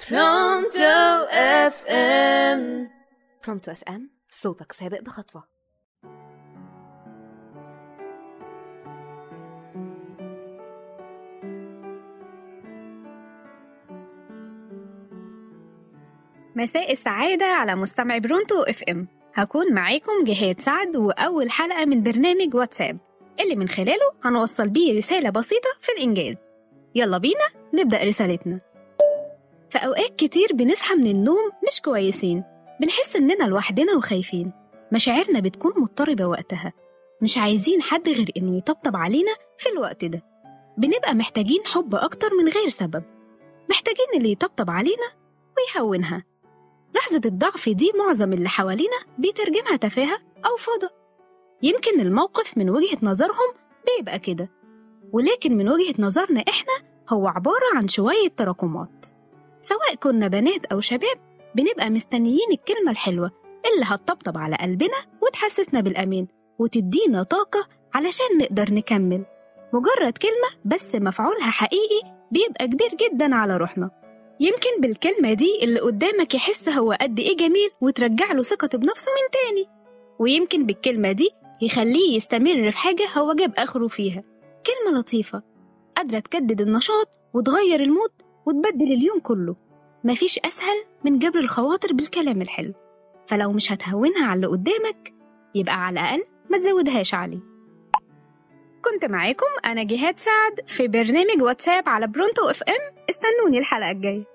برونتو اف ام. برونتو اف ام، صوتك سابق بخطوة. مساء السعادة على مستمعي برونتو اف ام. هكون معاكم جهاد سعد، وأول حلقة من برنامج واتساب اللي من خلاله هنوصل بيه رسالة بسيطة في الإنجاز. يلا بينا نبدأ رسالتنا. في أوقات كتير بنصحى من النوم مش كويسين، بنحس إننا لوحدنا وخايفين، مشاعرنا بتكون مضطربة وقتها، مش عايزين حد غير إنه يطبطب علينا في الوقت ده. بنبقى محتاجين حب أكتر من غير سبب، محتاجين اللي يطبطب علينا ويهونها. لحظة الضعف دي معظم اللي حوالينا بيترجمها تفاهة أو فضا. يمكن الموقف من وجهة نظرهم بيبقى كده، ولكن من وجهة نظرنا إحنا هو عبارة عن شوية تراكمات. سواء كنا بنات أو شباب، بنبقى مستنيين الكلمة الحلوة اللي هتطبطب على قلبنا وتحسسنا بالأمان وتدينا طاقة علشان نقدر نكمل. مجرد كلمة بس مفعولها حقيقي بيبقى كبير جدا على روحنا. يمكن بالكلمة دي اللي قدامك يحس هو قد إيه جميل وترجع له ثقته بنفسه من تاني، ويمكن بالكلمة دي يخليه يستمر في حاجة هو جاب آخره فيها. كلمة لطيفة قادرة تجدد النشاط وتغير المود وتبدل اليوم كله. مفيش أسهل من جبر الخواطر بالكلام الحلو، فلو مش هتهونها على اللي قدامك يبقى على الأقل ما تزودهاش عليه. كنت معاكم أنا جهاد سعد في برنامج واتساب على برونتو اف ام. استنوني الحلقة الجاية.